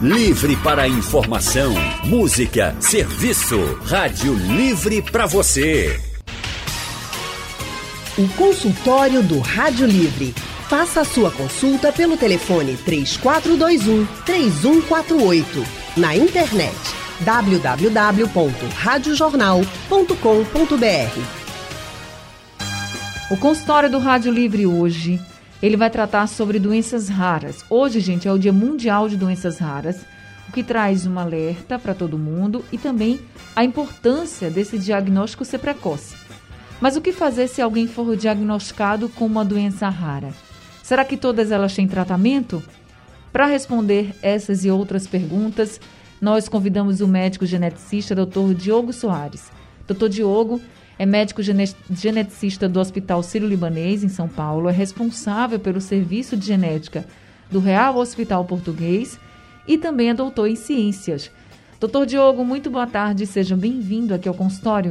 Livre para informação, música, serviço. Rádio Livre para você. O consultório do Rádio Livre. Faça a sua consulta pelo telefone 3421-3148. Na internet www.radiojornal.com.br. O consultório do Rádio Livre hoje, ele vai tratar sobre doenças raras. Hoje, gente, é o Dia Mundial de Doenças Raras, o que traz um alerta para todo mundo e também a importância desse diagnóstico ser precoce. Mas o que fazer se alguém for diagnosticado com uma doença rara? Será que todas elas têm tratamento? Para responder essas e outras perguntas, nós convidamos o médico geneticista Dr. Diogo Soares. Dr. Diogo é médico geneticista do Hospital Sírio-Libanês, em São Paulo, é responsável pelo serviço de genética do Real Hospital Português e também é doutor em ciências. Dr. Diogo, muito boa tarde, seja bem-vindo aqui ao consultório.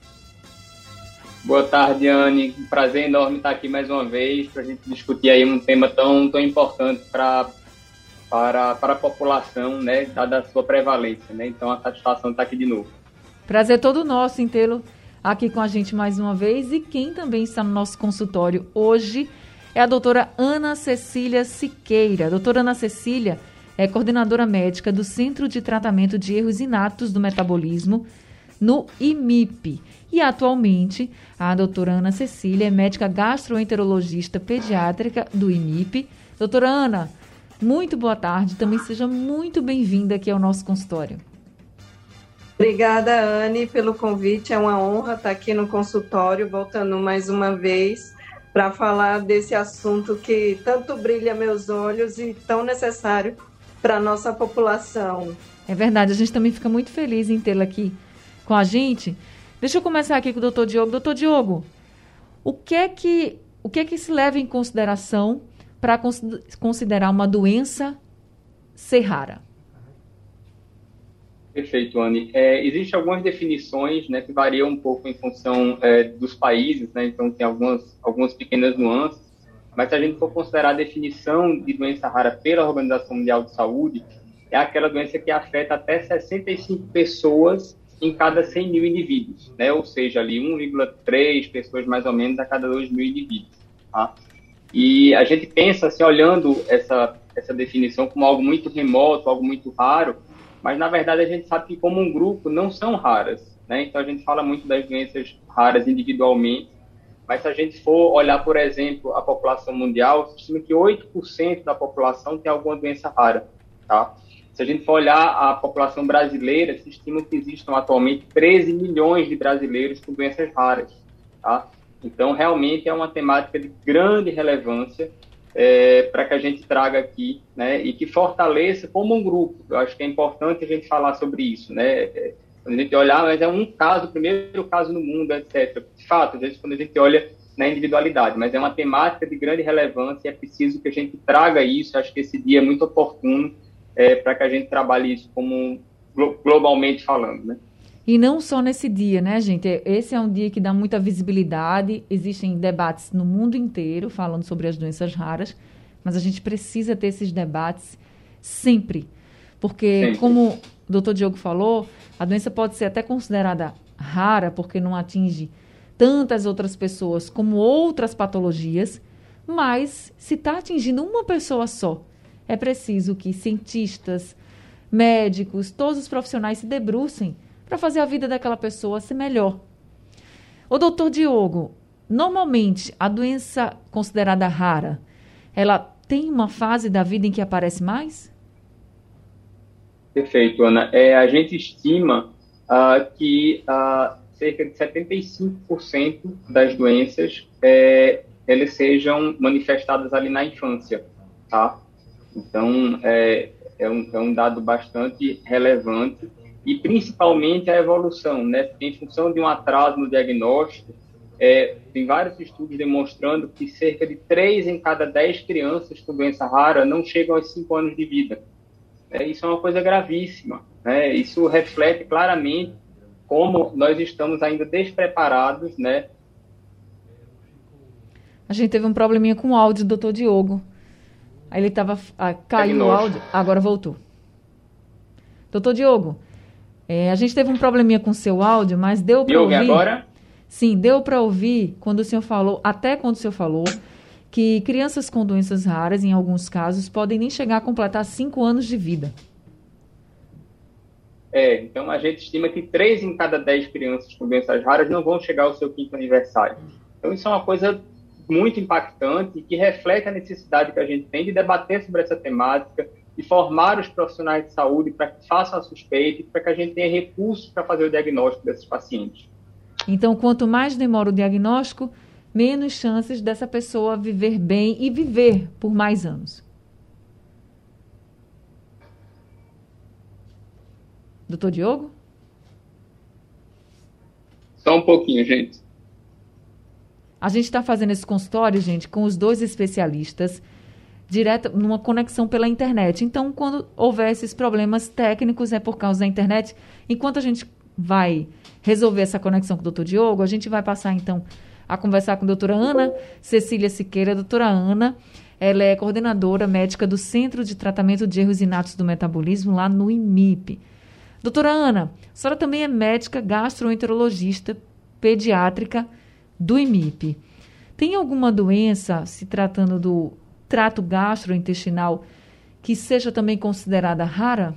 Boa tarde, Anne. Um prazer enorme estar aqui mais uma vez para a gente discutir aí um tema tão importante para a população, né, dada a sua prevalência, né? Então, a satisfação está aqui de novo. Prazer todo nosso em tê-lo aqui com a gente mais uma vez. E quem também está no nosso consultório hoje é a doutora Ana Cecília Siqueira. A doutora Ana Cecília é coordenadora médica do Centro de Tratamento de Erros Inatos do Metabolismo, no IMIP. E atualmente, a doutora Ana Cecília é médica gastroenterologista pediátrica do IMIP. Doutora Ana, muito boa tarde. Também seja muito bem-vinda aqui ao nosso consultório. Obrigada, Anne, pelo convite. É uma honra estar aqui no consultório, voltando mais uma vez para falar desse assunto que tanto brilha meus olhos e tão necessário para a nossa população. É verdade, a gente também fica muito feliz em tê-la aqui com a gente. Deixa eu começar aqui com o doutor Diogo. Doutor Diogo, o que é que se leva em consideração para considerar uma doença ser rara? Perfeito, Anne. Existem algumas definições, né, que variam um pouco em função dos países, né, então tem algumas pequenas nuances, mas se a gente for considerar a definição de doença rara pela Organização Mundial de Saúde, é aquela doença que afeta até 65 pessoas em cada 100 mil indivíduos, né, ou seja, ali 1,3 pessoas mais ou menos a cada 2 mil indivíduos. Tá? E a gente pensa, assim, olhando essa definição como algo muito remoto, algo muito raro, mas, na verdade, a gente sabe que, como um grupo, não são raras, né? Então, a gente fala muito das doenças raras individualmente, mas se a gente for olhar, por exemplo, a população mundial, se estima que 8% da população tem alguma doença rara, tá? Se a gente for olhar a população brasileira, se estima que existam atualmente 13 milhões de brasileiros com doenças raras, tá? Então, realmente, é uma temática de grande relevância, para que a gente traga aqui, né, e que fortaleça como um grupo. Eu acho que é importante a gente falar sobre isso, né? Quando a gente olhar, mas é um caso, o primeiro caso no mundo, etc. De fato, às vezes, quando a gente olha na individualidade, mas é uma temática de grande relevância e é preciso que a gente traga isso. Eu acho que esse dia é muito oportuno para que a gente trabalhe isso como globalmente falando, né? E não só nesse dia, né, gente? Esse é um dia que dá muita visibilidade, existem debates no mundo inteiro falando sobre as doenças raras, mas a gente precisa ter esses debates sempre, porque, como o doutor Diogo falou, a doença pode ser até considerada rara, porque não atinge tantas outras pessoas como outras patologias, mas se está atingindo uma pessoa só, é preciso que cientistas, médicos, todos os profissionais se debrucem para fazer a vida daquela pessoa ser melhor. Ô, doutor Diogo, normalmente a doença considerada rara, ela tem uma fase da vida em que aparece mais? Perfeito, Ana. A gente estima que cerca de 75% das doenças elas sejam manifestadas ali na infância, tá? Então, é um dado bastante relevante. E principalmente a evolução, né? Em função de um atraso no diagnóstico, tem vários estudos demonstrando que cerca de 3 em cada 10 crianças com doença rara não chegam aos 5 anos de vida. Isso é uma coisa gravíssima, né? Isso reflete claramente como nós estamos ainda despreparados, né? A gente teve um probleminha com o áudio do doutor Diogo. Aí ele caiu o áudio, agora voltou. Doutor Diogo, a gente teve um probleminha com o seu áudio, mas deu para ouvir... agora? Sim, deu para ouvir quando o senhor falou, que crianças com doenças raras, em alguns casos, podem nem chegar a completar 5 anos de vida. Então a gente estima que 3 em cada 10 crianças com doenças raras não vão chegar ao seu 5º aniversário. Então isso é uma coisa muito impactante e que reflete a necessidade que a gente tem de debater sobre essa temática, de formar os profissionais de saúde para que façam a suspeita e para que a gente tenha recursos para fazer o diagnóstico desses pacientes. Então, quanto mais demora o diagnóstico, menos chances dessa pessoa viver bem e viver por mais anos. Doutor Diogo? Só um pouquinho, gente. A gente está fazendo esse consultório, gente, com os 2 especialistas, direto, numa conexão pela internet. Então, quando houver esses problemas técnicos, é por causa da internet. Enquanto a gente vai resolver essa conexão com o doutor Diogo, a gente vai passar, então, a conversar com a doutora Ana Cecília Siqueira. Doutora Ana, ela é coordenadora médica do Centro de Tratamento de Erros Inatos do Metabolismo, lá no IMIP. Doutora Ana, a senhora também é médica gastroenterologista pediátrica do IMIP. Tem alguma doença, se tratando do trato gastrointestinal, que seja também considerada rara?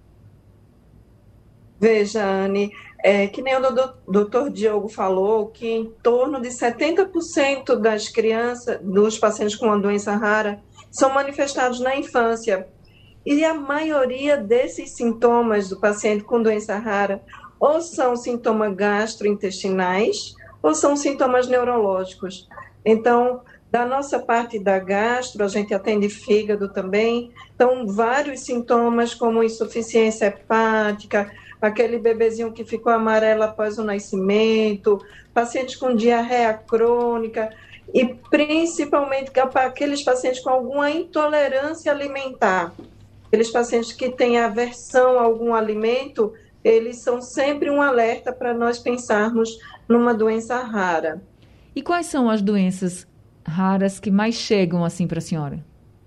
Veja, Anne, que nem o doutor Diogo falou, que em torno de 70% das crianças, dos pacientes com uma doença rara, são manifestados na infância. E a maioria desses sintomas do paciente com doença rara ou são sintomas gastrointestinais ou são sintomas neurológicos. Então, da nossa parte da gastro, a gente atende fígado também. Então, vários sintomas como insuficiência hepática, aquele bebezinho que ficou amarelo após o nascimento, pacientes com diarreia crônica e principalmente aqueles pacientes com alguma intolerância alimentar. Aqueles pacientes que têm aversão a algum alimento, eles são sempre um alerta para nós pensarmos numa doença rara. E quais são as doenças raras que mais chegam assim para a senhora?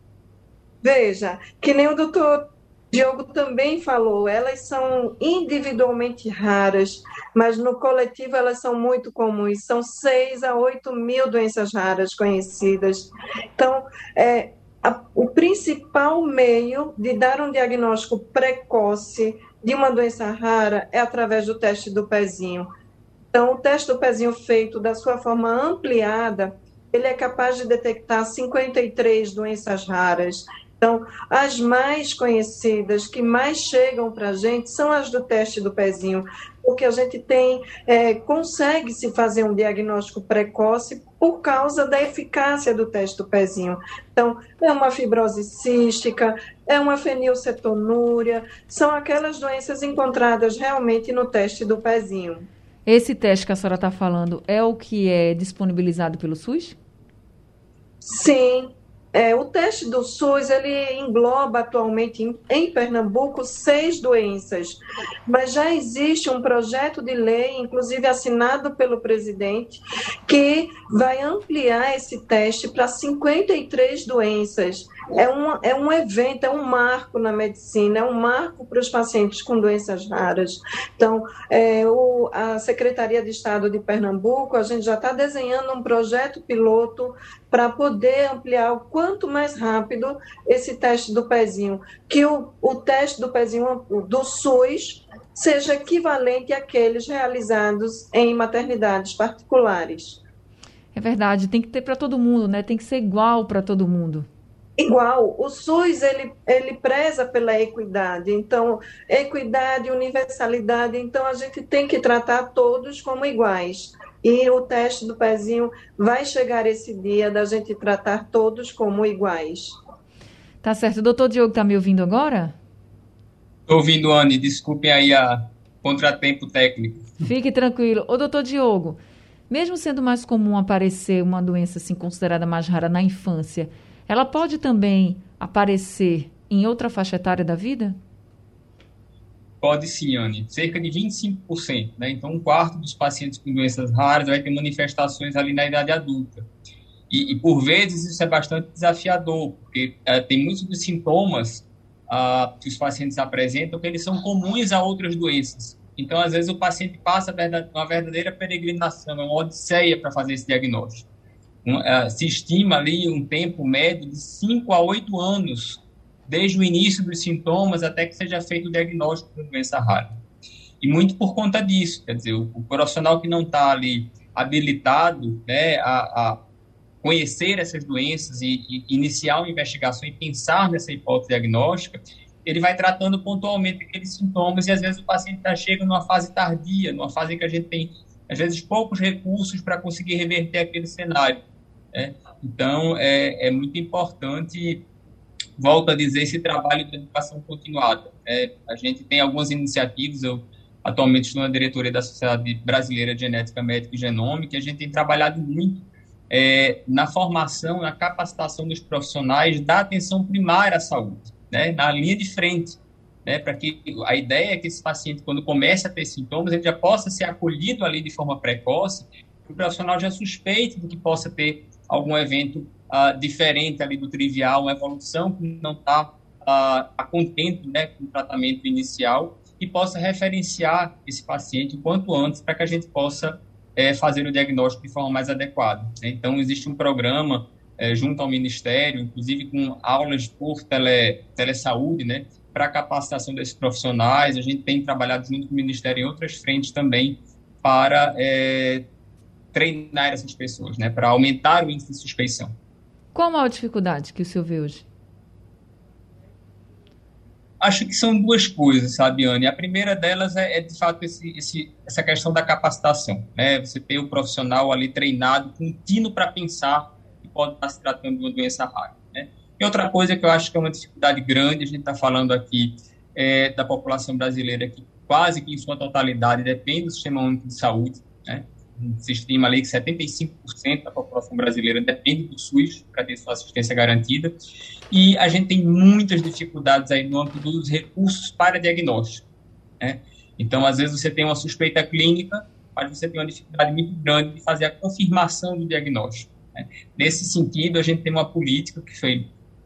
Veja, que nem o doutor Diogo também falou, elas são individualmente raras, mas no coletivo elas são muito comuns. São 6 a 8 mil doenças raras conhecidas. Então, o principal meio de dar um diagnóstico precoce de uma doença rara é através do teste do pezinho. Então, o teste do pezinho feito da sua forma ampliada, ele é capaz de detectar 53 doenças raras. Então, as mais conhecidas, que mais chegam para a gente, são as do teste do pezinho, porque a gente consegue se fazer um diagnóstico precoce por causa da eficácia do teste do pezinho. Então, é uma fibrose cística, é uma fenilcetonúria, são aquelas doenças encontradas realmente no teste do pezinho. Esse teste que a senhora está falando é o que é disponibilizado pelo SUS? Sim. O teste do SUS, ele engloba atualmente em Pernambuco 6 doenças, mas já existe um projeto de lei, inclusive assinado pelo presidente, que vai ampliar esse teste para 53 doenças. É um evento, é um marco na medicina, é um marco para os pacientes com doenças raras. Então, a Secretaria de Estado de Pernambuco, a gente já está desenhando um projeto piloto para poder ampliar o quanto mais rápido esse teste do pezinho, que o teste do pezinho do SUS seja equivalente àqueles realizados em maternidades particulares. É verdade, tem que ter para todo mundo, né? Tem que ser igual para todo mundo. Igual, o SUS ele preza pela equidade, então equidade, universalidade, então a gente tem que tratar todos como iguais. E o teste do pezinho vai chegar esse dia da gente tratar todos como iguais. Tá certo. O doutor Diogo está me ouvindo agora? Estou ouvindo, Anne. Desculpem aí a contratempo técnico. Fique tranquilo. Ô, doutor Diogo, mesmo sendo mais comum aparecer uma doença assim considerada mais rara na infância, ela pode também aparecer em outra faixa etária da vida? Pode sim, Anne. Cerca de 25%, né? Então, 1/4 dos pacientes com doenças raras vai ter manifestações ali na idade adulta. E por vezes, isso é bastante desafiador, porque tem muitos dos sintomas que os pacientes apresentam, que eles são comuns a outras doenças. Então, às vezes, o paciente passa uma verdadeira peregrinação, uma odisseia para fazer esse diagnóstico. Se estima ali um tempo médio de 5 a 8 anos, desde o início dos sintomas até que seja feito o diagnóstico da doença rara. E muito por conta disso, quer dizer, o profissional que não está ali habilitado, né, a conhecer essas doenças e iniciar uma investigação e pensar nessa hipótese diagnóstica, ele vai tratando pontualmente aqueles sintomas e às vezes o paciente chega numa fase tardia, numa fase em que a gente tem, às vezes, poucos recursos para conseguir reverter aquele cenário, né? Então, é muito importante, volto a dizer, esse trabalho de educação continuada. A gente tem algumas iniciativas, eu atualmente estou na diretoria da Sociedade Brasileira de Genética Médica e Genômica, e a gente tem trabalhado muito na formação, na capacitação dos profissionais da atenção primária à saúde, né, na linha de frente, né, para que a ideia é que esse paciente, quando comece a ter sintomas, ele já possa ser acolhido ali de forma precoce, que o profissional já suspeite de que possa ter algum evento diferente ali do trivial, uma evolução que não está contente, né, com o tratamento inicial, e possa referenciar esse paciente o quanto antes para que a gente possa fazer o diagnóstico de forma mais adequada. Então, existe um programa junto ao Ministério, inclusive com aulas por telesaúde, né, para a capacitação desses profissionais. A gente tem trabalhado junto com o Ministério em outras frentes também para treinar essas pessoas, né, para aumentar o índice de suspeição. Qual a maior dificuldade que o senhor vê hoje? Acho que são duas coisas, sabe, Anne? A primeira delas de fato, essa questão da capacitação, né? Você ter o profissional ali treinado, contínuo para pensar que pode estar se tratando de uma doença rara, né? E outra coisa que eu acho que é uma dificuldade grande, a gente está falando aqui da população brasileira que quase que em sua totalidade depende do Sistema Único de Saúde, né? Se estima ali que 75% da população brasileira depende do SUS para ter sua assistência garantida, e a gente tem muitas dificuldades aí no âmbito dos recursos para diagnóstico, né? Então, às vezes você tem uma suspeita clínica, mas você tem uma dificuldade muito grande de fazer a confirmação do diagnóstico, né? Nesse sentido, a gente tem uma política que foi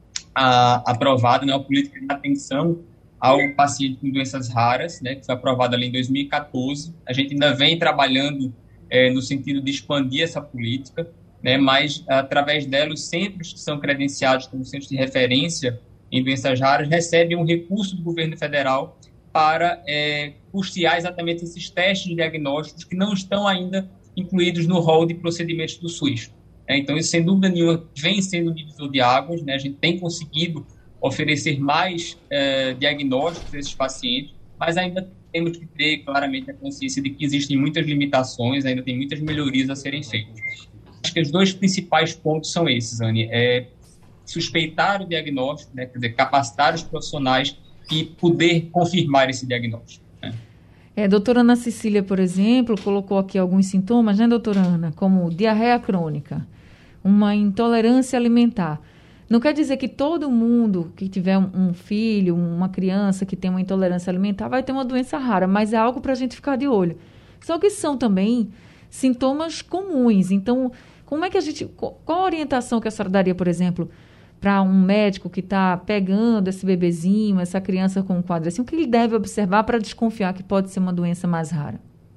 aprovada, né, uma política de atenção ao paciente com doenças raras, né, que foi aprovada ali em 2014. A gente ainda vem trabalhando no sentido de expandir essa política, né, mas através dela os centros que são credenciados como centros de referência em doenças raras recebem um recurso do governo federal para custear exatamente esses testes diagnósticos que não estão ainda incluídos no rol de procedimentos do SUS. Então, isso, sem dúvida nenhuma, vem sendo um divisor de águas, né? A gente tem conseguido oferecer mais diagnósticos a esses pacientes, mas ainda temos que ter claramente a consciência de que existem muitas limitações, ainda tem muitas melhorias a serem feitas. Acho que os dois principais pontos são esses, Anne. Suspeitar o diagnóstico, né, quer dizer, capacitar os profissionais e poder confirmar esse diagnóstico, né? A doutora Ana Cecília, por exemplo, colocou aqui alguns sintomas, né, doutora Ana, como diarreia crônica, uma intolerância alimentar. Não quer dizer que todo mundo que tiver um filho, uma criança que tem uma intolerância alimentar vai ter uma doença rara, mas é algo para a gente ficar de olho. Só que são também sintomas comuns. Então, como é que qual a orientação que a senhora daria, por exemplo, para um médico que está pegando esse bebezinho, essa criança com um quadro assim, o que ele deve observar para desconfiar que pode ser uma doença mais rara?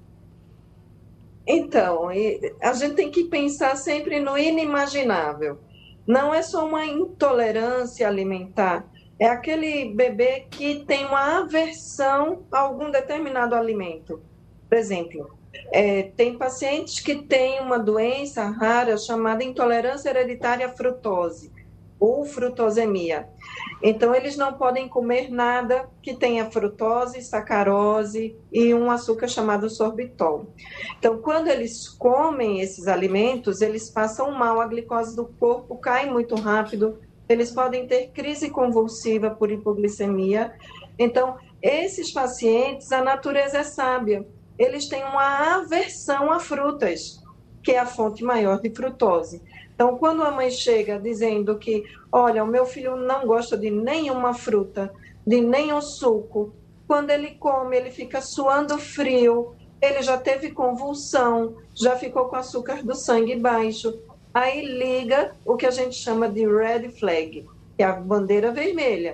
Então, a gente tem que pensar sempre no inimaginável. Não é só uma intolerância alimentar, é aquele bebê que tem uma aversão a algum determinado alimento. Por exemplo, tem pacientes que têm uma doença rara chamada intolerância hereditária à frutose, ou frutosemia. Então, eles não podem comer nada que tenha frutose, sacarose e um açúcar chamado sorbitol. Então, quando eles comem esses alimentos, eles passam mal, a glicose do corpo cai muito rápido, eles podem ter crise convulsiva por hipoglicemia. Então, esses pacientes, a natureza é sábia, eles têm uma aversão a frutas, que é a fonte maior de frutose. Então, quando a mãe chega dizendo que, olha, o meu filho não gosta de nenhuma fruta, de nenhum suco, quando ele come, ele fica suando frio, ele já teve convulsão, já ficou com açúcar do sangue baixo, aí liga o que a gente chama de red flag, que é a bandeira vermelha.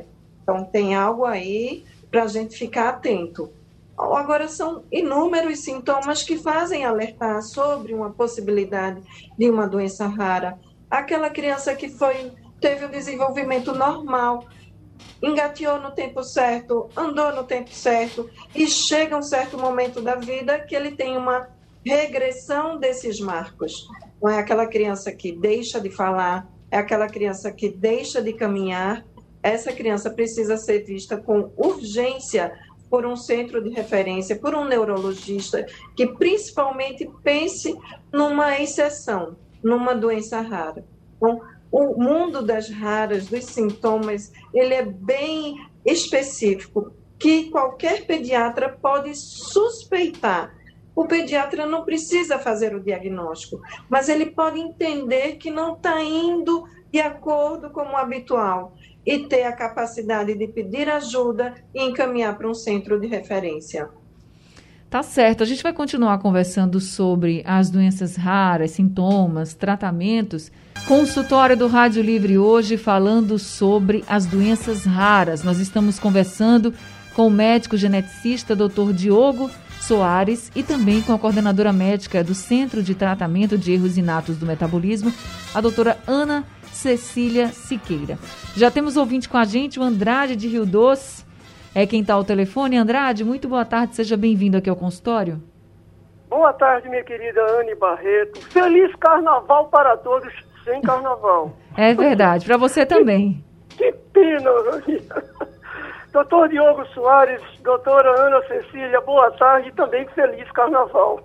Então, tem algo aí para a gente ficar atento. Agora, são inúmeros sintomas que fazem alertar sobre uma possibilidade de uma doença rara. Aquela criança que teve um desenvolvimento normal, engateou no tempo certo, andou no tempo certo, e chega um certo momento da vida que ele tem uma regressão desses marcos. Não é aquela criança que deixa de falar, é aquela criança que deixa de caminhar. Essa criança precisa ser vista com urgência por um centro de referência, por um neurologista, que principalmente pense numa exceção, numa doença rara. Então, o mundo das raras, dos sintomas, ele é bem específico, que qualquer pediatra pode suspeitar. O pediatra não precisa fazer o diagnóstico, mas ele pode entender que não está indo de acordo com o habitual e ter a capacidade de pedir ajuda e encaminhar para um centro de referência. Tá certo. A gente vai continuar conversando sobre as doenças raras, sintomas, tratamentos. Consultório do Rádio Livre hoje falando sobre as doenças raras. Nós estamos conversando com o médico geneticista Dr. Diogo Soares e também com a coordenadora médica do Centro de Tratamento de Erros Inatos do Metabolismo, a doutora Ana Cecília Siqueira. Já temos ouvinte com a gente, o Andrade de Rio Doce. É quem está ao telefone. Andrade, muito boa tarde, seja bem-vindo aqui ao consultório. Boa tarde, minha querida Anne Barreto. Feliz carnaval para todos, sem carnaval. É verdade, para você também. Que pena, Anne. Doutor Diogo Soares, doutora Ana Cecília, boa tarde e também feliz carnaval.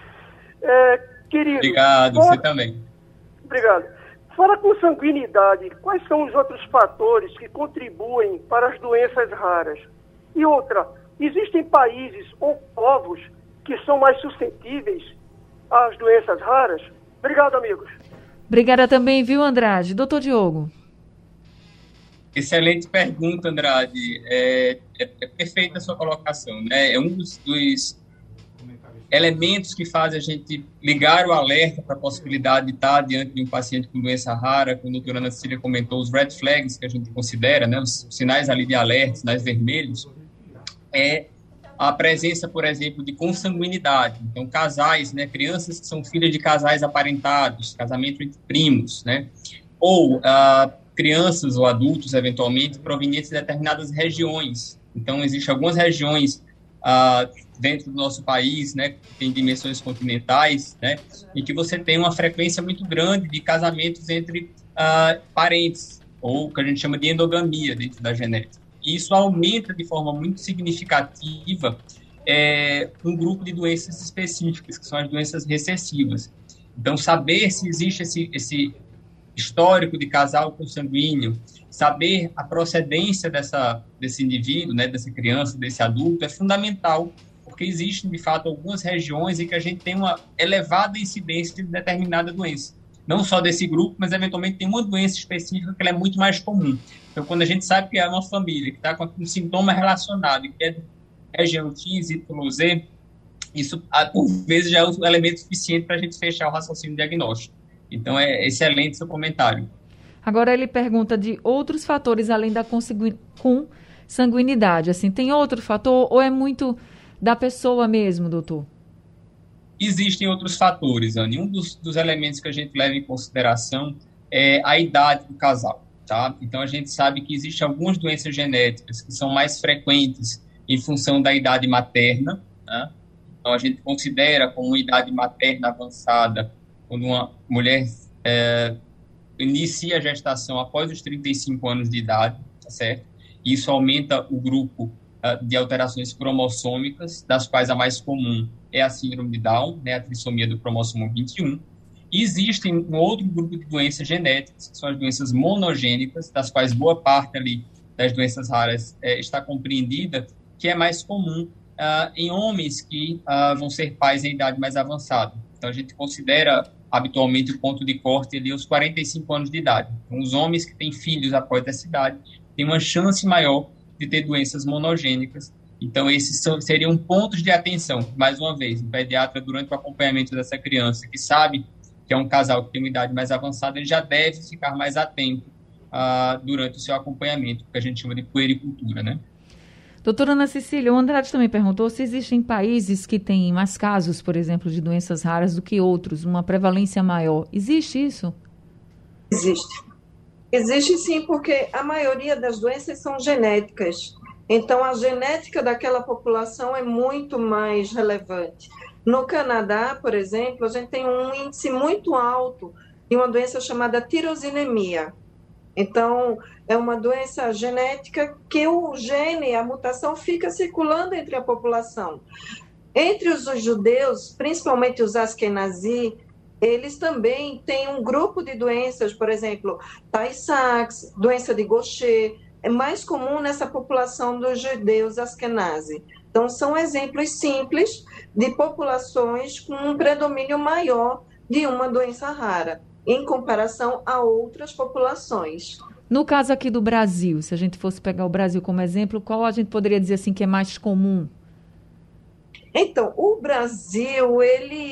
Querido. Obrigado, você também. Obrigado. Fora com sanguinidade, quais são os outros fatores que contribuem para as doenças raras? E outra, existem países ou povos que são mais suscetíveis às doenças raras? Obrigado, amigos. Obrigada também, viu, Andrade? Doutor Diogo. Excelente pergunta, Andrade. É perfeita a sua colocação, né? É um dos elementos que fazem a gente ligar o alerta para a possibilidade de estar diante de um paciente com doença rara, como a doutora Ana Cecília comentou, os red flags que a gente considera, né, os sinais ali de alerta, sinais vermelhos, é a presença, por exemplo, de consanguinidade. Então, casais, né, crianças que são filhas de casais aparentados, casamento entre primos, né, ou crianças ou adultos, eventualmente, provenientes de determinadas regiões. Então, existem algumas regiões dentro do nosso país, né, que tem dimensões continentais, né, e que você tem uma frequência muito grande de casamentos entre parentes, ou que a gente chama de endogamia dentro da genética. E isso aumenta de forma muito significativa um grupo de doenças específicas, que são as doenças recessivas. Então, saber se existe esse histórico de casal consanguíneo, saber a procedência desse indivíduo, né, dessa criança, desse adulto, é fundamental, porque existem, de fato, algumas regiões em que a gente tem uma elevada incidência de determinada doença. Não só desse grupo, mas, eventualmente, tem uma doença específica que ela é muito mais comum. Então, quando a gente sabe que é uma família que está com um sintoma relacionado e que é de região X, Y, Z, isso, por vezes, já é um elemento suficiente para a gente fechar o raciocínio diagnóstico. Então, é excelente seu comentário. Agora, ele pergunta de outros fatores além da consanguinidade. Assim, tem outro fator ou é muito da pessoa mesmo, doutor? Existem outros fatores, Anne. Um dos elementos que a gente leva em consideração é a idade do casal, tá? Então, a gente sabe que existem algumas doenças genéticas que são mais frequentes em função da idade materna, né? Então, a gente considera como uma idade materna avançada quando uma mulher inicia a gestação após os 35 anos de idade, tá certo? Isso aumenta o grupo de alterações cromossômicas, das quais a mais comum é a síndrome de Down, né, a trissomia do cromossomo 21. E existe um outro grupo de doenças genéticas, que são as doenças monogênicas, das quais boa parte ali das doenças raras está compreendida, que é mais comum em homens que vão ser pais em idade mais avançada. Então, a gente considera habitualmente o ponto de corte ali aos 45 anos de idade. Então, os homens que têm filhos após essa idade têm uma chance maior de ter doenças monogênicas. Então, esses seriam pontos de atenção. Mais uma vez, o pediatra, durante o acompanhamento dessa criança, que sabe que é um casal que tem uma idade mais avançada, ele já deve ficar mais atento durante o seu acompanhamento, que a gente chama de puericultura, né? Doutora Ana Cecília, o Andrade também perguntou se existem países que têm mais casos, por exemplo, de doenças raras do que outros, uma prevalência maior. Existe isso? Existe. Existe sim, porque a maioria das doenças são genéticas. Então, a genética daquela população é muito mais relevante. No Canadá, por exemplo, a gente tem um índice muito alto de uma doença chamada tirosinemia. Então, é uma doença genética que o gene, a mutação, fica circulando entre a população. Entre os judeus, principalmente os Ashkenazi, eles também têm um grupo de doenças, por exemplo, Tay-Sachs, doença de Gaucher, é mais comum nessa população dos judeus Ashkenazi. Então, são exemplos simples de populações com um predomínio maior de uma doença rara, em comparação a outras populações. No caso aqui do Brasil, se a gente fosse pegar o Brasil como exemplo, qual a gente poderia dizer assim que é mais comum? Então, o Brasil, ele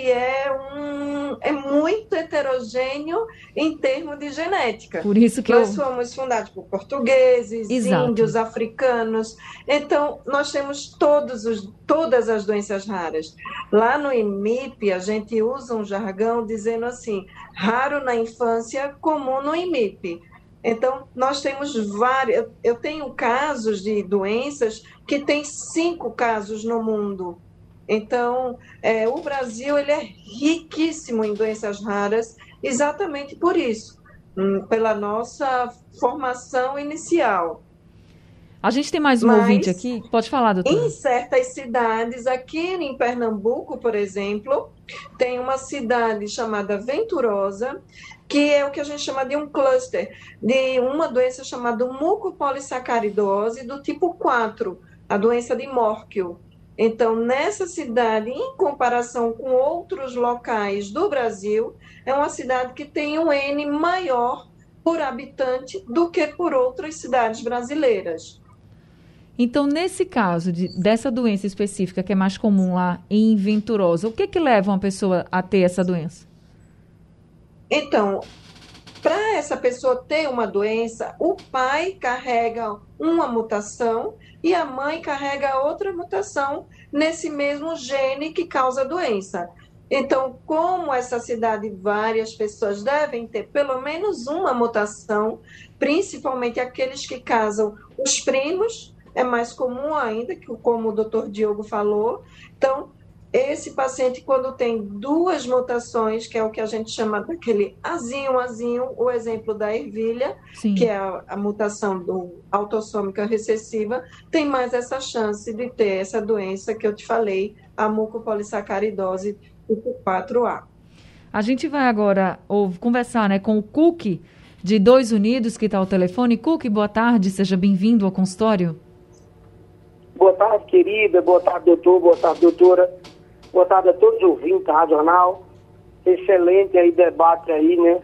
é muito heterogêneo em termos de genética. Por isso que nós fomos fundados por portugueses, Exato. índios, africanos. Então, nós temos todas as doenças raras. Lá no IMIP, a gente usa um jargão dizendo assim, raro na infância, comum no IMIP. Então, nós temos várias... Eu tenho casos de doenças que tem 5 casos no mundo. Então, o Brasil ele é riquíssimo em doenças raras, exatamente por isso, pela nossa formação inicial. A gente tem mais um ouvinte aqui? Pode falar, doutora. Em certas cidades, aqui em Pernambuco, por exemplo, tem uma cidade chamada Venturosa, que é o que a gente chama de um cluster, de uma doença chamada mucopolissacaridose do tipo 4, a doença de Morquio. Então, nessa cidade, em comparação com outros locais do Brasil, é uma cidade que tem um N maior por habitante do que por outras cidades brasileiras. Então, nesse caso dessa doença específica, que é mais comum lá em Venturosa, o que leva uma pessoa a ter essa doença? Então, para essa pessoa ter uma doença, o pai carrega uma mutação e a mãe carrega outra mutação nesse mesmo gene que causa a doença. Então, como essa cidade, várias pessoas devem ter pelo menos uma mutação, principalmente aqueles que casam os primos, é mais comum ainda, como o doutor Diogo falou. Então, esse paciente, quando tem 2 mutações, que é o que a gente chama daquele azinho, o exemplo da ervilha, Sim. que é a mutação autossômica recessiva, tem mais essa chance de ter essa doença que eu te falei, a mucopolissacaridose tipo 4A. A gente vai agora conversar, né, com o Cook, de 2 Unidos, que está ao telefone. Cook, boa tarde, seja bem-vindo ao consultório. Boa tarde, querida. Boa tarde, doutor. Boa tarde, doutora. Boa tarde a todos os ouvintes da Rádio Jornal. Excelente aí debate aí, né?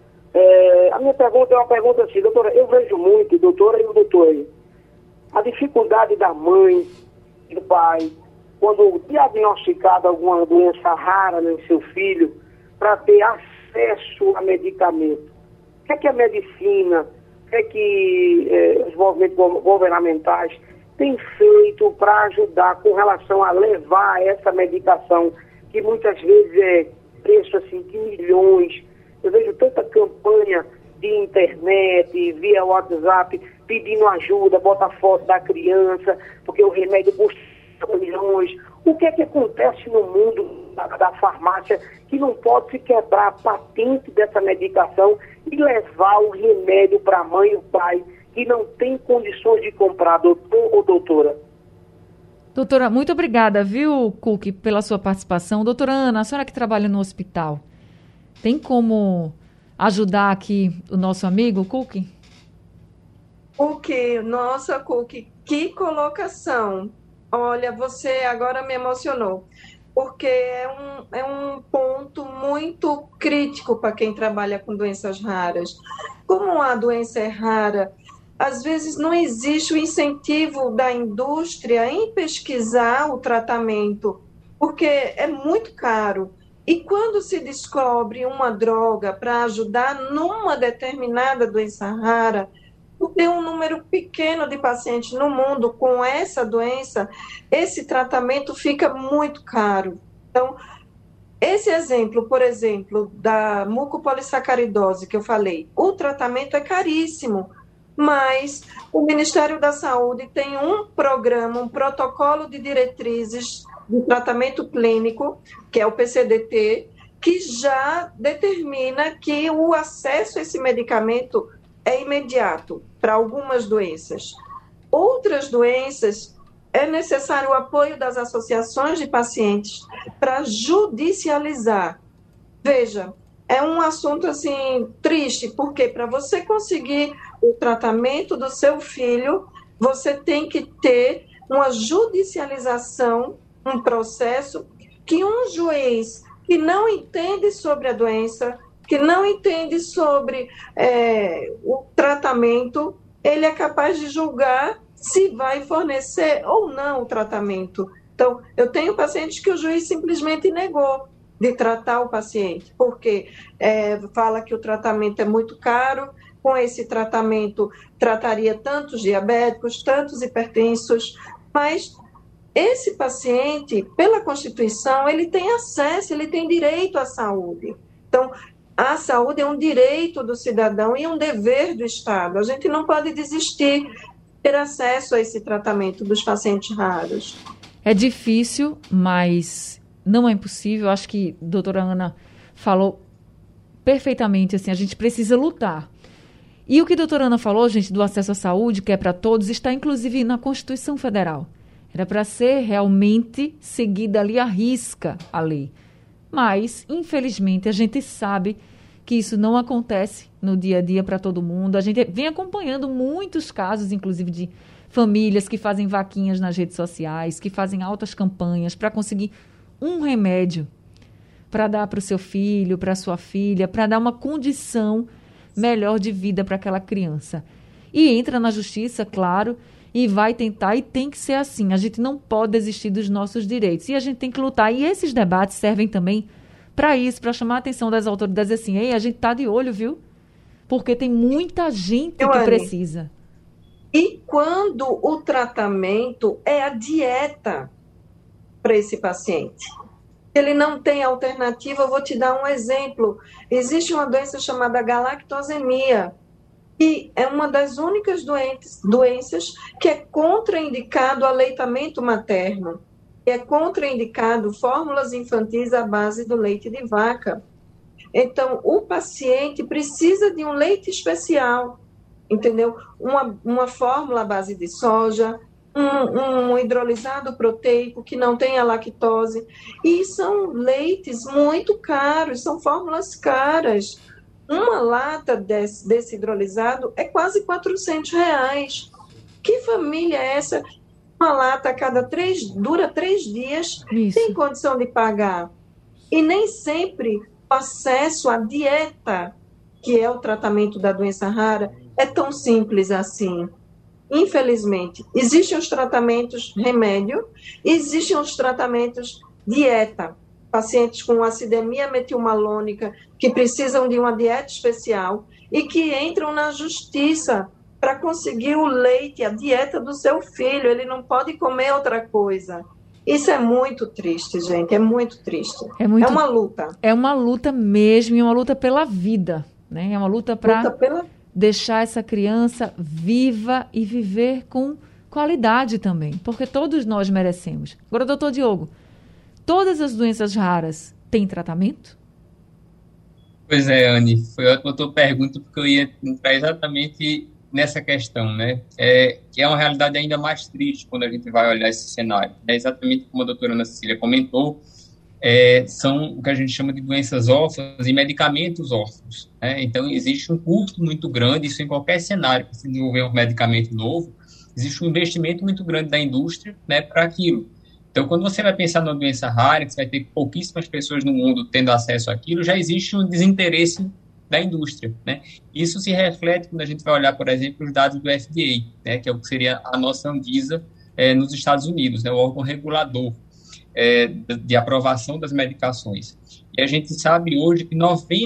A minha pergunta é uma pergunta assim, doutora, eu vejo muito, doutora e o doutor aí, a dificuldade da mãe e do pai, quando diagnosticada alguma doença rara no seu filho, para ter acesso a medicamento. O que é que a medicina, o que é que os movimentos governamentais tem feito para ajudar com relação a levar essa medicação, que muitas vezes é preço assim, de milhões. Eu vejo tanta campanha de internet, via WhatsApp, pedindo ajuda, bota foto da criança, porque o remédio custa milhões. O que é que acontece no mundo da farmácia que não pode se quebrar a patente dessa medicação e levar o remédio para a mãe e o pai que não tem condições de comprar, doutor ou doutora? Doutora, muito obrigada, viu, Cook, pela sua participação. Doutora Ana, a senhora que trabalha no hospital, tem como ajudar aqui o nosso amigo, Cook? Cook, nossa, Cook, que colocação. Olha, você agora me emocionou, porque é um ponto muito crítico para quem trabalha com doenças raras. Como a doença é rara, às vezes não existe o incentivo da indústria em pesquisar o tratamento, porque é muito caro. E quando se descobre uma droga para ajudar numa determinada doença rara, tem um número pequeno de pacientes no mundo com essa doença, esse tratamento fica muito caro. Então, esse exemplo, por exemplo, da mucopolissacaridose que eu falei, o tratamento é caríssimo, mas o Ministério da Saúde tem um programa, um protocolo de diretrizes de tratamento clínico, que é o PCDT, que já determina que o acesso a esse medicamento é imediato para algumas doenças. Outras doenças, é necessário o apoio das associações de pacientes para judicializar. Veja, é um assunto assim triste, porque para você conseguir o tratamento do seu filho, você tem que ter uma judicialização, um processo que um juiz que não entende sobre a doença, que não entende sobre o tratamento, ele é capaz de julgar se vai fornecer ou não o tratamento. Então, eu tenho pacientes que o juiz simplesmente negou de tratar o paciente, porque fala que o tratamento é muito caro, com esse tratamento trataria tantos diabéticos, tantos hipertensos, mas esse paciente, pela Constituição, ele tem acesso, ele tem direito à saúde. Então, a saúde é um direito do cidadão e um dever do Estado. A gente não pode desistir de ter acesso a esse tratamento dos pacientes raros. É difícil, mas não é impossível. Acho que a doutora Ana falou perfeitamente, assim, a gente precisa lutar. E o que a doutora Ana falou, gente, do acesso à saúde, que é para todos, está inclusive na Constituição Federal. Era para ser realmente seguida ali à risca a lei. Mas, infelizmente, a gente sabe que isso não acontece no dia a dia para todo mundo. A gente vem acompanhando muitos casos, inclusive, de famílias que fazem vaquinhas nas redes sociais, que fazem altas campanhas para conseguir um remédio para dar para o seu filho, para a sua filha, para dar uma condição melhor de vida para aquela criança. E entra na justiça, claro, e vai tentar, e tem que ser assim. A gente não pode desistir dos nossos direitos. E a gente tem que lutar. E esses debates servem também para isso, para chamar a atenção das autoridades assim, ei, a gente está de olho, viu? Porque tem muita gente que precisa. E quando o tratamento é a dieta para esse paciente? Ele não tem alternativa, eu vou te dar um exemplo. Existe uma doença chamada galactosemia, e é uma das únicas doenças que é contraindicado o aleitamento materno. É contraindicado fórmulas infantis à base do leite de vaca. Então, o paciente precisa de um leite especial, entendeu? Uma fórmula à base de soja, um hidrolisado proteico que não tenha lactose. E são leites muito caros, são fórmulas caras. Uma lata desse hidrolisado é quase R$400. Que família é essa? Uma lata dura 3 dias, Isso. Tem condição de pagar. E nem sempre o acesso à dieta, que é o tratamento da doença rara, é tão simples assim. Infelizmente, existem os tratamentos remédio, existem os tratamentos dieta. Pacientes com acidemia metilmalônica que precisam de uma dieta especial e que entram na justiça para conseguir o leite, a dieta do seu filho. Ele não pode comer outra coisa. Isso é muito triste, gente, é muito triste. É uma luta. É uma luta mesmo, e uma luta pela vida, né? É uma luta para deixar essa criança viva e viver com qualidade também, porque todos nós merecemos. Agora, doutor Diogo, todas as doenças raras têm tratamento? Pois é, Anne, foi ótima a tua pergunta, porque eu ia entrar exatamente nessa questão, né? Que é uma realidade ainda mais triste quando a gente vai olhar esse cenário. É exatamente como a doutora Ana Cecília comentou, são o que a gente chama de doenças órfãs e medicamentos órfãos, né? Então, existe um custo muito grande, isso em qualquer cenário, para se desenvolver um medicamento novo, existe um investimento muito grande da indústria, né, para aquilo. Então, quando você vai pensar numa doença rara, que você vai ter pouquíssimas pessoas no mundo tendo acesso àquilo, já existe um desinteresse da indústria, né? Isso se reflete quando a gente vai olhar, por exemplo, os dados do FDA, né, que é o que seria a nossa Anvisa nos Estados Unidos, né, o órgão regulador. de aprovação das medicações. E a gente sabe hoje que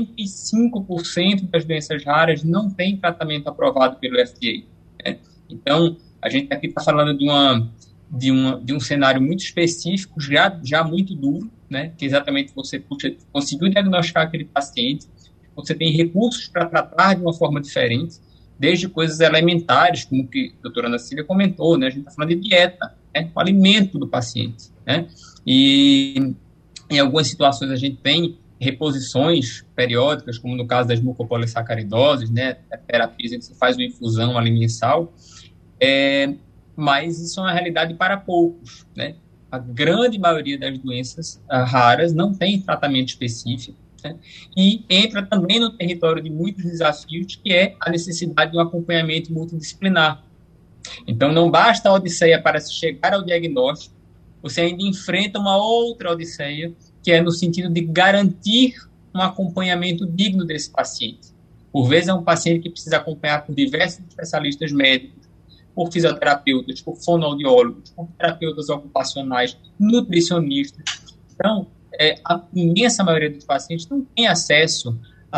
95% das doenças raras não tem tratamento aprovado pelo FDA, né? Então, a gente aqui está falando de um cenário muito específico, já muito duro, né? Que exatamente você conseguiu diagnosticar aquele paciente, você tem recursos para tratar de uma forma diferente, desde coisas elementares, como que a doutora Ana Cília comentou, né? A gente está falando de dieta, né? O alimento do paciente, né? E em algumas situações a gente tem reposições periódicas, como no caso das mucopolissacaridoses, né? A terapia, a gente faz uma infusão ali mensal, mas isso é uma realidade para poucos, né? A grande maioria das doenças raras não tem tratamento específico, né? E entra também no território de muitos desafios, que é a necessidade de um acompanhamento multidisciplinar. Então, não basta a odisseia para se chegar ao diagnóstico, você ainda enfrenta uma outra odisseia, que é no sentido de garantir um acompanhamento digno desse paciente. Por vezes é um paciente que precisa acompanhar por diversos especialistas médicos, por fisioterapeutas, por fonoaudiólogos, por terapeutas ocupacionais, nutricionistas. Então, a imensa maioria dos pacientes não tem acesso,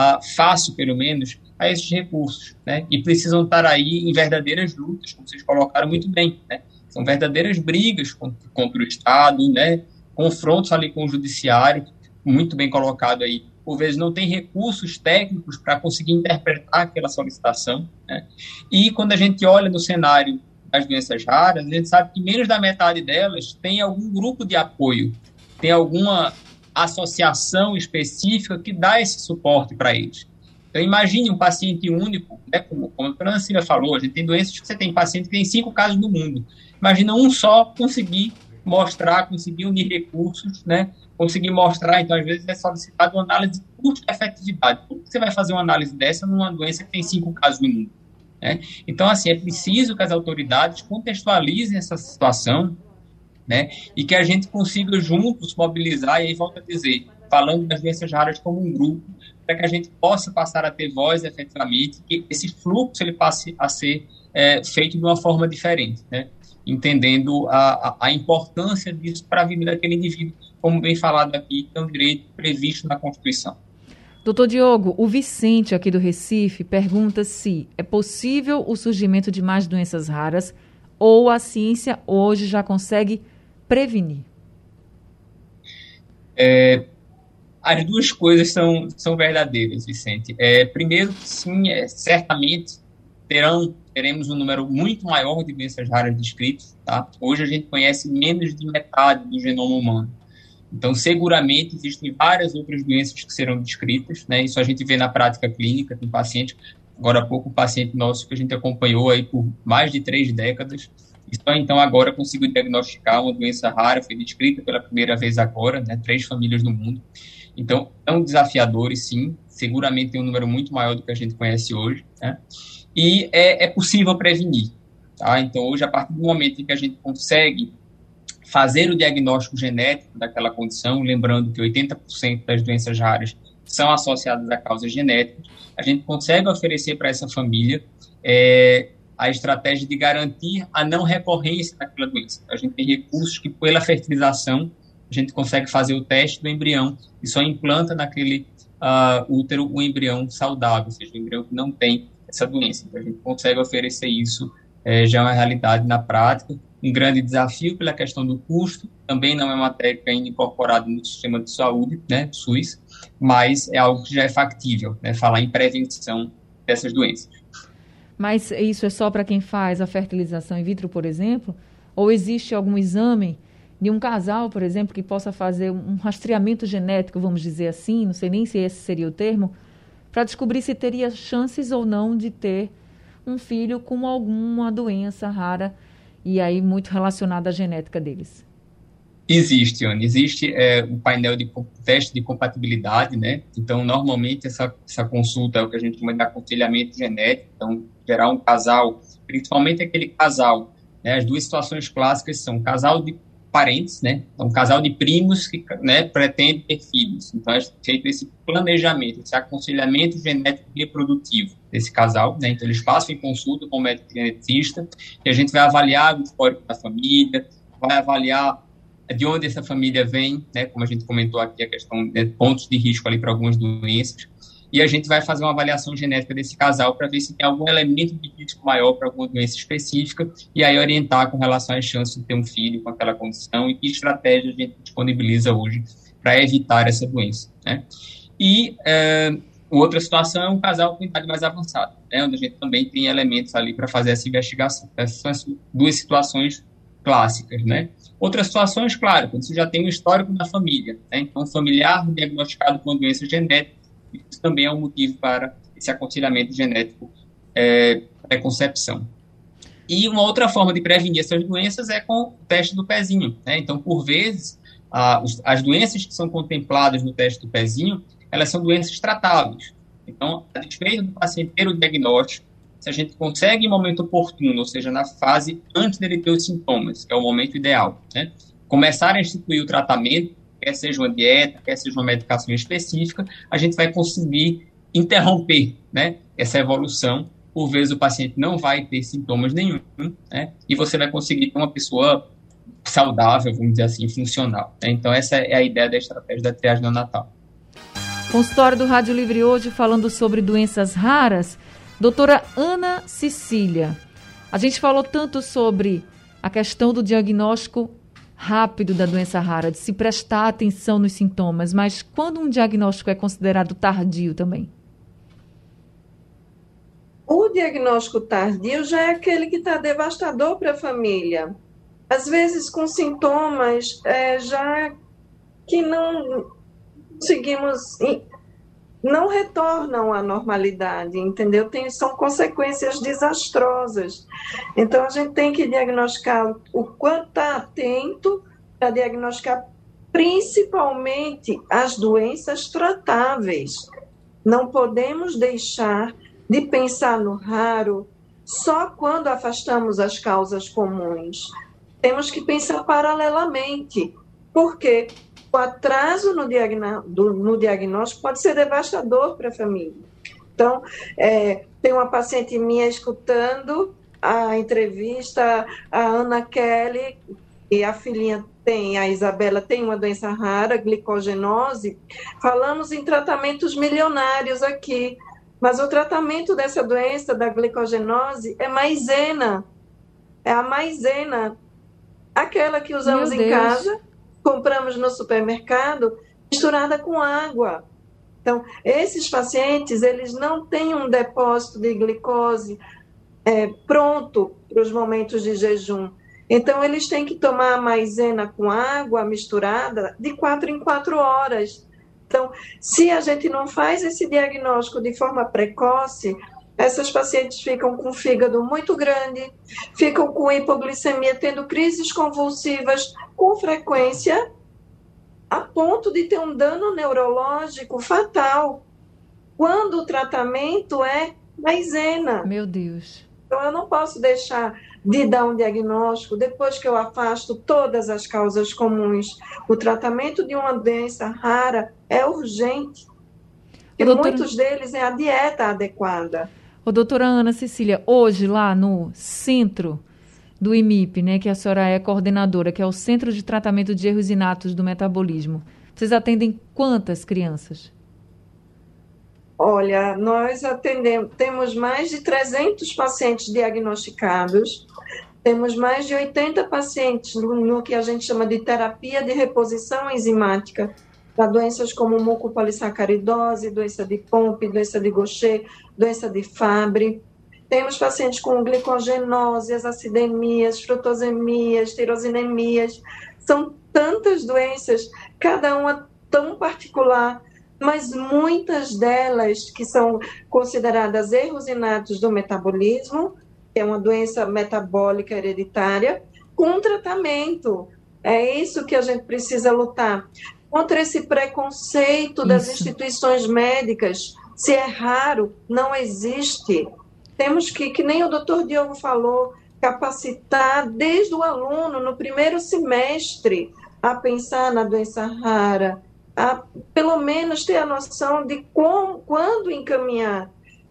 fácil pelo menos, a esses recursos, né? E precisam estar aí em verdadeiras lutas, como vocês colocaram muito bem, né? São verdadeiras brigas contra o Estado, né? Confrontos ali com o judiciário, muito bem colocado aí. Por vezes não tem recursos técnicos para conseguir interpretar aquela solicitação, né? E quando a gente olha no cenário das doenças raras, a gente sabe que menos da metade delas tem algum grupo de apoio, tem alguma associação específica que dá esse suporte para eles. Então, imagine um paciente único, né? Como a doutora Ana Cília falou, a gente tem doenças que você tem paciente que tem 5 casos no mundo. Imagina um só conseguir mostrar, conseguir unir recursos, né? Conseguir mostrar, então, às vezes é solicitado uma análise de custo-efetividade. Por que você vai fazer uma análise dessa numa doença que tem 5 casos no mundo, né? Então, assim, é preciso que as autoridades contextualizem essa situação, né? E que a gente consiga juntos mobilizar, e aí volto a dizer, falando das doenças raras como um grupo, para que a gente possa passar a ter voz efetivamente, que esse fluxo ele passe a ser feito de uma forma diferente, né? Entendendo a importância disso para a vida daquele indivíduo, como bem falado aqui, que é um direito previsto na Constituição. Doutor Diogo, o Vicente, aqui do Recife, pergunta se é possível o surgimento de mais doenças raras ou a ciência hoje já consegue prevenir. As duas coisas são verdadeiras, Vicente. Primeiro, sim, certamente teremos um número muito maior de doenças raras descritas, tá? Hoje a gente conhece menos de metade do genoma humano. Então, seguramente, existem várias outras doenças que serão descritas, né? Isso a gente vê na prática clínica, tem paciente, agora há pouco, um paciente nosso que a gente acompanhou aí por mais de 3 décadas, e só então agora conseguiu diagnosticar uma doença rara, foi descrita pela primeira vez agora, né? 3 famílias no mundo. Então, são desafiadores, sim, seguramente tem um número muito maior do que a gente conhece hoje, né? E é possível prevenir, tá? Então, hoje, a partir do momento em que a gente consegue fazer o diagnóstico genético daquela condição, lembrando que 80% das doenças raras são associadas a causas genéticas, a gente consegue oferecer para essa família a estratégia de garantir a não recorrência daquela doença. A gente tem recursos que, pela fertilização, a gente consegue fazer o teste do embrião e só implanta naquele útero o embrião saudável, ou seja, o embrião que não tem essa doença. Então, a gente consegue oferecer isso, já é uma realidade na prática. Um grande desafio pela questão do custo, também não é uma técnica ainda incorporada no sistema de saúde, né, SUS, mas é algo que já é factível, né, falar em prevenção dessas doenças. Mas isso é só para quem faz a fertilização in vitro, por exemplo? Ou existe algum exame de um casal, por exemplo, que possa fazer um rastreamento genético, vamos dizer assim, não sei nem se esse seria o termo, para descobrir se teria chances ou não de ter um filho com alguma doença rara e aí muito relacionada à genética deles? Existe, Ana. Existe um painel de teste de compatibilidade, né? Então, normalmente, essa consulta é o que a gente chama de aconselhamento genético. Então, gerar um casal, principalmente aquele casal, né? As duas situações clássicas são casal de parentes, né? Então, um casal de primos que, né, pretende ter filhos. Então, é feito esse planejamento, esse aconselhamento genético reprodutivo desse casal, né? Então, eles passam em consulta com o médico geneticista e a gente vai avaliar o histórico da família, vai avaliar de onde essa família vem, né, como a gente comentou aqui, a questão de pontos de risco ali para algumas doenças, e a gente vai fazer uma avaliação genética desse casal para ver se tem algum elemento de risco maior para alguma doença específica, e aí orientar com relação às chances de ter um filho com aquela condição e que estratégia a gente disponibiliza hoje para evitar essa doença, né? E outra situação é um casal com idade mais avançada, né, onde a gente também tem elementos ali para fazer essa investigação. Essas são as duas situações clássicas, né? Outras situações, claro, quando você já tem um histórico da família, né? Então, um familiar diagnosticado com uma doença genética, isso também é um motivo para esse aconselhamento genético pré-concepção. E uma outra forma de prevenir essas doenças é com o teste do pezinho, né? Então, por vezes, as doenças que são contempladas no teste do pezinho, elas são doenças tratáveis. Então, a despeito do paciente ter o diagnóstico, se a gente consegue em momento oportuno, ou seja, na fase antes dele ter os sintomas, que é o momento ideal, né, começar a instituir o tratamento, quer seja uma dieta, quer seja uma medicação específica, a gente vai conseguir interromper, né, essa evolução. Por vezes o paciente não vai ter sintomas nenhum, né, e você vai conseguir ter uma pessoa saudável, vamos dizer assim, funcional, né? Então essa é a ideia da estratégia da triagem neonatal. Consultório do Rádio Livre hoje falando sobre doenças raras. Doutora Ana Cecília, a gente falou tanto sobre a questão do diagnóstico rápido da doença rara, de se prestar atenção nos sintomas, mas quando um diagnóstico é considerado tardio também? O diagnóstico tardio já é aquele que está devastador para a família. Às vezes com sintomas já que não conseguimos... não retornam à normalidade, entendeu? São consequências desastrosas. Então, a gente tem que diagnosticar o quanto está atento para diagnosticar principalmente as doenças tratáveis. Não podemos deixar de pensar no raro só quando afastamos as causas comuns. Temos que pensar paralelamente. Por quê? O atraso no diagnóstico pode ser devastador para a família. Então, tem uma paciente minha escutando a entrevista, a Ana Kelly, e a filhinha a Isabela tem uma doença rara, glicogenose. Falamos em tratamentos milionários aqui, mas o tratamento dessa doença, da glicogenose, é maizena. É a maizena, aquela que usamos em casa, compramos no supermercado, misturada com água. Então, esses pacientes, eles não têm um depósito de glicose pronto para os momentos de jejum. Então, eles têm que tomar a maizena com água misturada de 4 em 4 horas. Então, se a gente não faz esse diagnóstico de forma precoce, essas pacientes ficam com o fígado muito grande, ficam com hipoglicemia, tendo crises convulsivas com frequência, a ponto de ter um dano neurológico fatal, quando o tratamento é maizena. Meu Deus. Então, eu não posso deixar de dar um diagnóstico depois que eu afasto todas as causas comuns. O tratamento de uma doença rara é urgente, porque muitos deles é a dieta adequada. Doutora Ana Cecília, hoje lá no centro do IMIP, né, que a senhora é coordenadora, que é o Centro de Tratamento de Erros Inatos do Metabolismo, vocês atendem quantas crianças? Olha, nós temos mais de 300 pacientes diagnosticados, temos mais de 80 pacientes no que a gente chama de terapia de reposição enzimática, para doenças como mucopolissacaridose, doença de Pompe, doença de Gaucher, doença de Fabry. Temos pacientes com glicogenose, acidemias, frutosemias, tirosinemias. São tantas doenças, cada uma tão particular, mas muitas delas que são consideradas erros inatos do metabolismo, que é uma doença metabólica hereditária, com tratamento. É isso que a gente precisa lutar. Contra esse preconceito das instituições médicas. Se é raro, não existe. Temos que nem o doutor Diogo falou, capacitar desde o aluno, no primeiro semestre, a pensar na doença rara, a pelo menos ter a noção de quando encaminhar.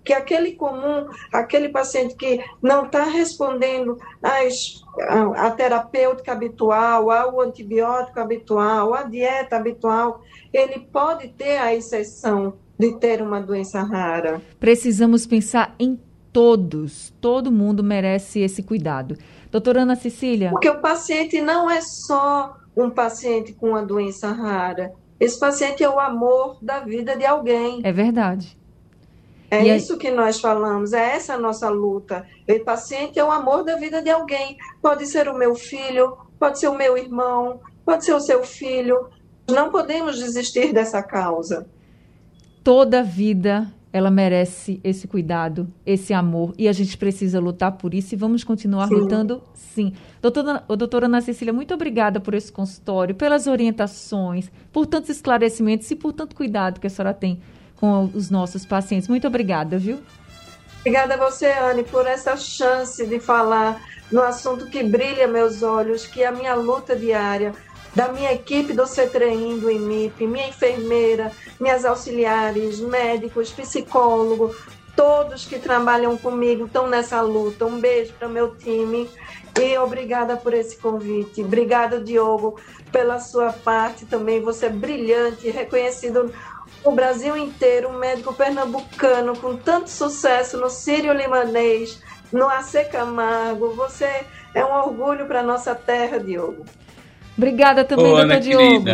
que aquele comum, aquele paciente que não está respondendo à terapêutica habitual, ao antibiótico habitual, à dieta habitual, ele pode ter a exceção de ter uma doença rara. Precisamos pensar em todos. Todo mundo merece esse cuidado. Doutora Ana Cecília? Porque o paciente não é só um paciente com uma doença rara. Esse paciente é o amor da vida de alguém. É verdade. É isso que nós falamos, é essa a nossa luta. O paciente é o amor da vida de alguém. Pode ser o meu filho, pode ser o meu irmão, pode ser o seu filho. Não podemos desistir dessa causa. Toda vida, ela merece esse cuidado, esse amor, e a gente precisa lutar por isso e vamos continuar lutando, sim. Doutora Ana Cecília, muito obrigada por esse consultório, pelas orientações, por tantos esclarecimentos e por tanto cuidado que a senhora tem com os nossos pacientes. Muito obrigada, viu? Obrigada a você, Anne, por essa chance de falar no assunto que brilha meus olhos, que é a minha luta diária, da minha equipe do CETREIM, do IMIP, minha enfermeira, minhas auxiliares, médicos, psicólogos, todos que trabalham comigo estão nessa luta. Um beijo para o meu time e obrigada por esse convite. Obrigada, Diogo, pela sua parte também. Você é brilhante, reconhecido no Brasil inteiro, um médico pernambucano com tanto sucesso no Sírio-Libanês, no AC Camargo. Você é um orgulho para a nossa terra, Diogo. Obrigada também, doutor Diogo.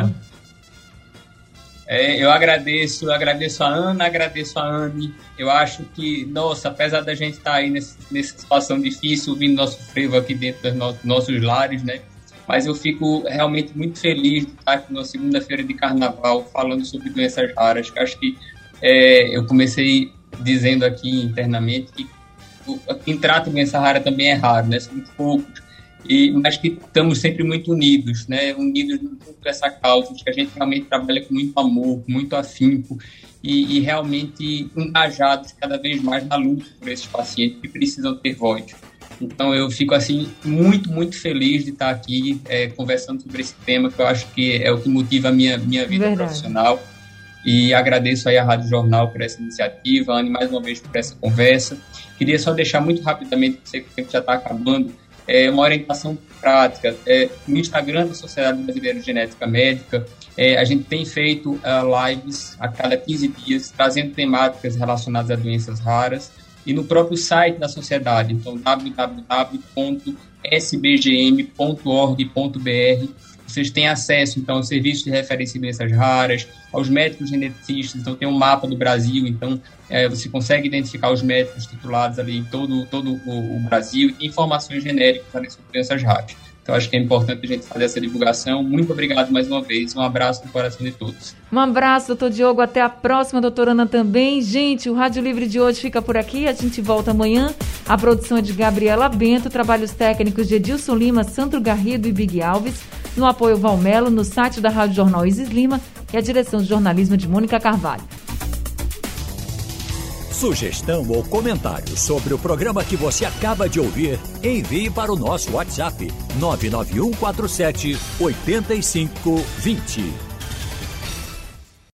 Eu agradeço a Ana, agradeço a Anne. Eu acho que, nossa, apesar da gente estar aí nessa situação difícil, ouvindo nosso frevo aqui dentro dos nossos lares, né? Mas eu fico realmente muito feliz de estar aqui na segunda-feira de carnaval falando sobre doenças raras, que acho que eu comecei dizendo aqui internamente que quem trata doença rara também é raro, né? São muito poucos. Mas que estamos sempre muito unidos, né? Unidos por essa causa, que a gente realmente trabalha com muito amor, com muito afinco e realmente engajados cada vez mais na luta por esses pacientes que precisam ter voz. Então eu fico assim muito, muito feliz de estar aqui conversando sobre esse tema, que eu acho que é o que motiva a minha vida profissional. E agradeço aí a Rádio Jornal por essa iniciativa, Anne, mais uma vez por essa conversa. Queria só deixar muito rapidamente, sei que o tempo já está acabando, uma orientação prática. No Instagram da Sociedade Brasileira de Genética Médica, a gente tem feito lives a cada 15 dias, trazendo temáticas relacionadas a doenças raras, e no próprio site da sociedade, então www.sbgm.org.br, vocês têm acesso então, aos serviços de referência em doenças raras, aos médicos geneticistas, então tem um mapa do Brasil, então você consegue identificar os médicos titulados ali em todo o Brasil, e informações genéricas ali sobre doenças raras. Então acho que é importante a gente fazer essa divulgação. Muito obrigado mais uma vez, um abraço no coração de todos. Um abraço, doutor Diogo, até a próxima, doutora Ana também. Gente, o Rádio Livre de hoje fica por aqui, a gente volta amanhã. A produção é de Gabriela Bento, trabalhos técnicos de Edilson Lima, Sandro Garrido e Big Alves, no apoio Valmelo, no site da Rádio Jornal Isis Lima e a direção de jornalismo de Mônica Carvalho. Sugestão ou comentário sobre o programa que você acaba de ouvir, envie para o nosso WhatsApp 99147 8520.